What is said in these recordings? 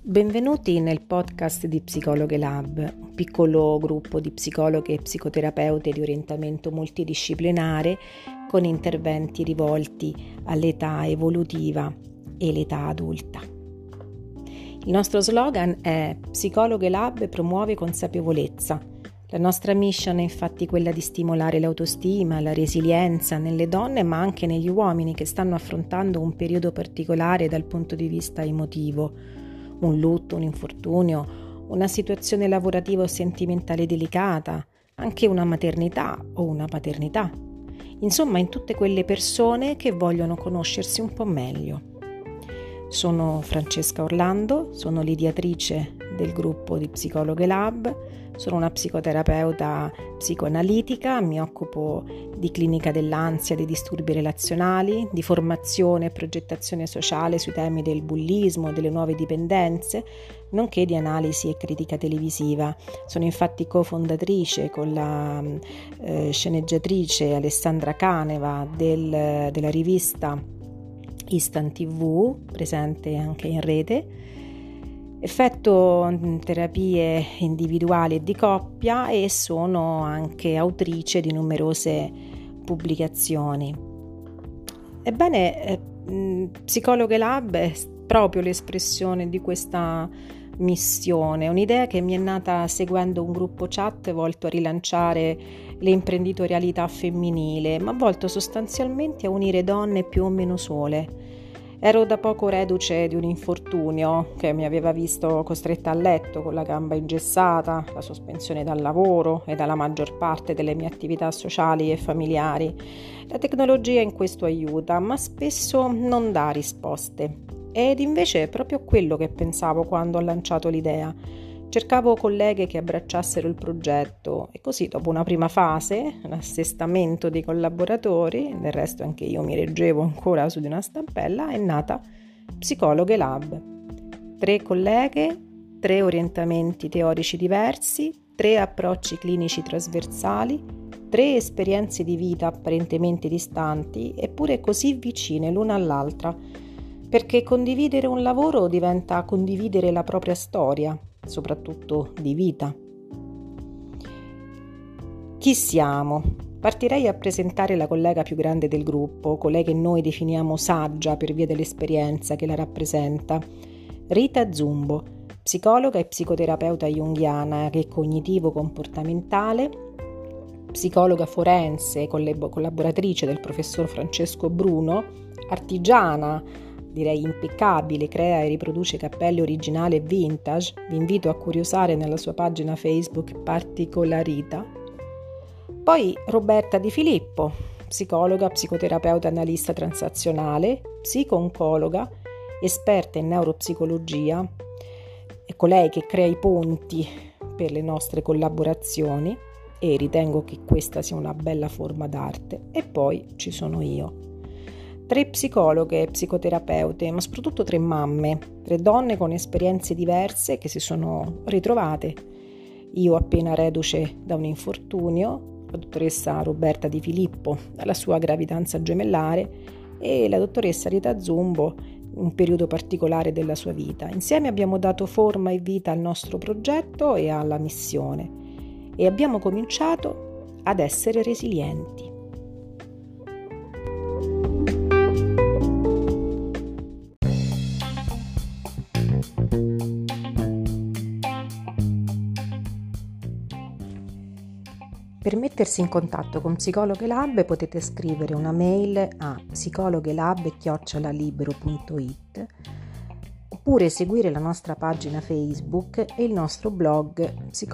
Benvenuti nel podcast di Psicologhe Lab, un piccolo gruppo di psicologhe e psicoterapeute di orientamento multidisciplinare con interventi rivolti all'età evolutiva e l'età adulta. Il nostro slogan è Psicologhe Lab promuove consapevolezza. La nostra mission è infatti quella di stimolare l'autostima, la resilienza nelle donne ma anche negli uomini che stanno affrontando un periodo particolare dal punto di vista emotivo. Un lutto, un infortunio, una situazione lavorativa o sentimentale delicata, anche una maternità o una paternità. Insomma, in tutte quelle persone che vogliono conoscersi un po' meglio. Sono Francesca Orlando, sono l'ideatrice del gruppo di Psicologhe Lab, sono una psicoterapeuta psicoanalitica, mi occupo di clinica dell'ansia, dei disturbi relazionali, di formazione e progettazione sociale sui temi del bullismo, delle nuove dipendenze, nonché di analisi e critica televisiva. Sono infatti cofondatrice con la sceneggiatrice Alessandra Caneva della rivista Instant TV, presente anche in rete. Effettuo terapie individuali e di coppia e sono anche autrice di numerose pubblicazioni. Ebbene, Psicologhe Lab è proprio l'espressione di questa missione, un'idea che mi è nata seguendo un gruppo chat volto a rilanciare l'imprenditorialità femminile, ma volto sostanzialmente a unire donne più o meno sole. Ero da poco reduce di un infortunio che mi aveva visto costretta a letto con la gamba ingessata, la sospensione dal lavoro e dalla maggior parte delle mie attività sociali e familiari. La tecnologia in questo aiuta, ma spesso non dà risposte. Ed invece è proprio quello che pensavo quando ho lanciato l'idea. Cercavo colleghe che abbracciassero il progetto e così dopo una prima fase, un assestamento dei collaboratori, del resto anche io mi reggevo ancora su di una stampella, è nata Psicologhe Lab. 3 colleghe, 3 orientamenti teorici diversi, 3 approcci clinici trasversali, 3 esperienze di vita apparentemente distanti eppure così vicine l'una all'altra, perché condividere un lavoro diventa condividere la propria storia, soprattutto di vita. Chi siamo? Partirei a presentare la collega più grande del gruppo, colei che noi definiamo saggia per via dell'esperienza che la rappresenta, Rita Zumbo, psicologa e psicoterapeuta junghiana e cognitivo-comportamentale, psicologa forense e collaboratrice del professor Francesco Bruno, artigiana, direi impeccabile, crea e riproduce cappelli originali e vintage. Vi invito a curiosare nella sua pagina Facebook Particolarita. Poi Roberta Di Filippo, psicologa, psicoterapeuta analista transazionale, psico-oncologa, esperta in neuropsicologia, è colei che crea i ponti per le nostre collaborazioni e ritengo che questa sia una bella forma d'arte. E poi ci sono io. 3 psicologhe e psicoterapeute, ma soprattutto 3 mamme, 3 donne con esperienze diverse che si sono ritrovate. Io appena reduce da un infortunio, la dottoressa Roberta Di Filippo dalla sua gravidanza gemellare e la dottoressa Rita Zumbo un periodo particolare della sua vita. Insieme abbiamo dato forma e vita al nostro progetto e alla missione e abbiamo cominciato ad essere resilienti. Per mettersi in contatto con Psicologhe Lab potete scrivere una mail a psicologhelab@libero.it oppure seguire la nostra pagina Facebook e il nostro blog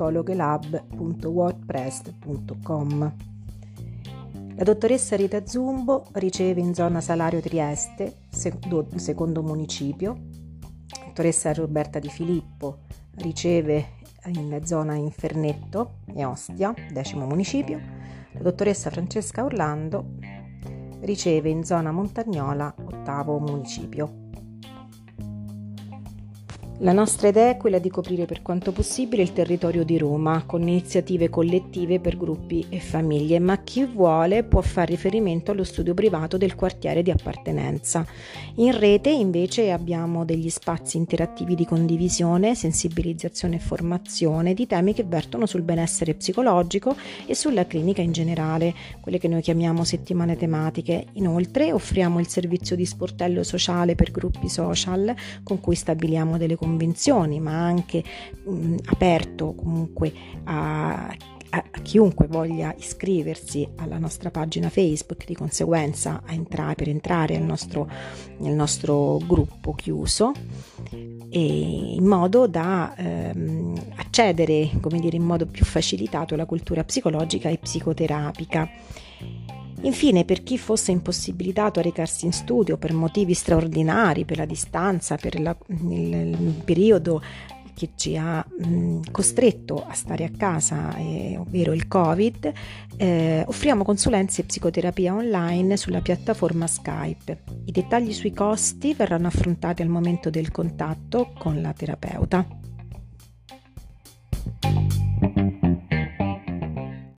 psicologhelab.wordpress.com. La dottoressa Rita Zumbo riceve in zona Salario Trieste, secondo municipio. La dottoressa Roberta Di Filippo riceve in zona Infernetto e Ostia, 10° municipio. La dottoressa Francesca Orlando riceve in zona Montagnola, 8° municipio. La nostra idea è quella di coprire per quanto possibile il territorio di Roma con iniziative collettive per gruppi e famiglie, ma chi vuole può fare riferimento allo studio privato del quartiere di appartenenza. In rete invece abbiamo degli spazi interattivi di condivisione, sensibilizzazione e formazione di temi che vertono sul benessere psicologico e sulla clinica in generale, quelle che noi chiamiamo settimane tematiche. Inoltre offriamo il servizio di sportello sociale per gruppi social con cui stabiliamo delle convenzioni, ma anche aperto comunque a chiunque voglia iscriversi alla nostra pagina Facebook, di conseguenza per entrare nel nostro gruppo chiuso, e in modo da accedere, come dire, in modo più facilitato alla cultura psicologica e psicoterapica. Infine, per chi fosse impossibilitato a recarsi in studio per motivi straordinari, per la distanza, per il periodo che ci ha costretto a stare a casa, ovvero il Covid, offriamo consulenze e psicoterapia online sulla piattaforma Skype. I dettagli sui costi verranno affrontati al momento del contatto con la terapeuta.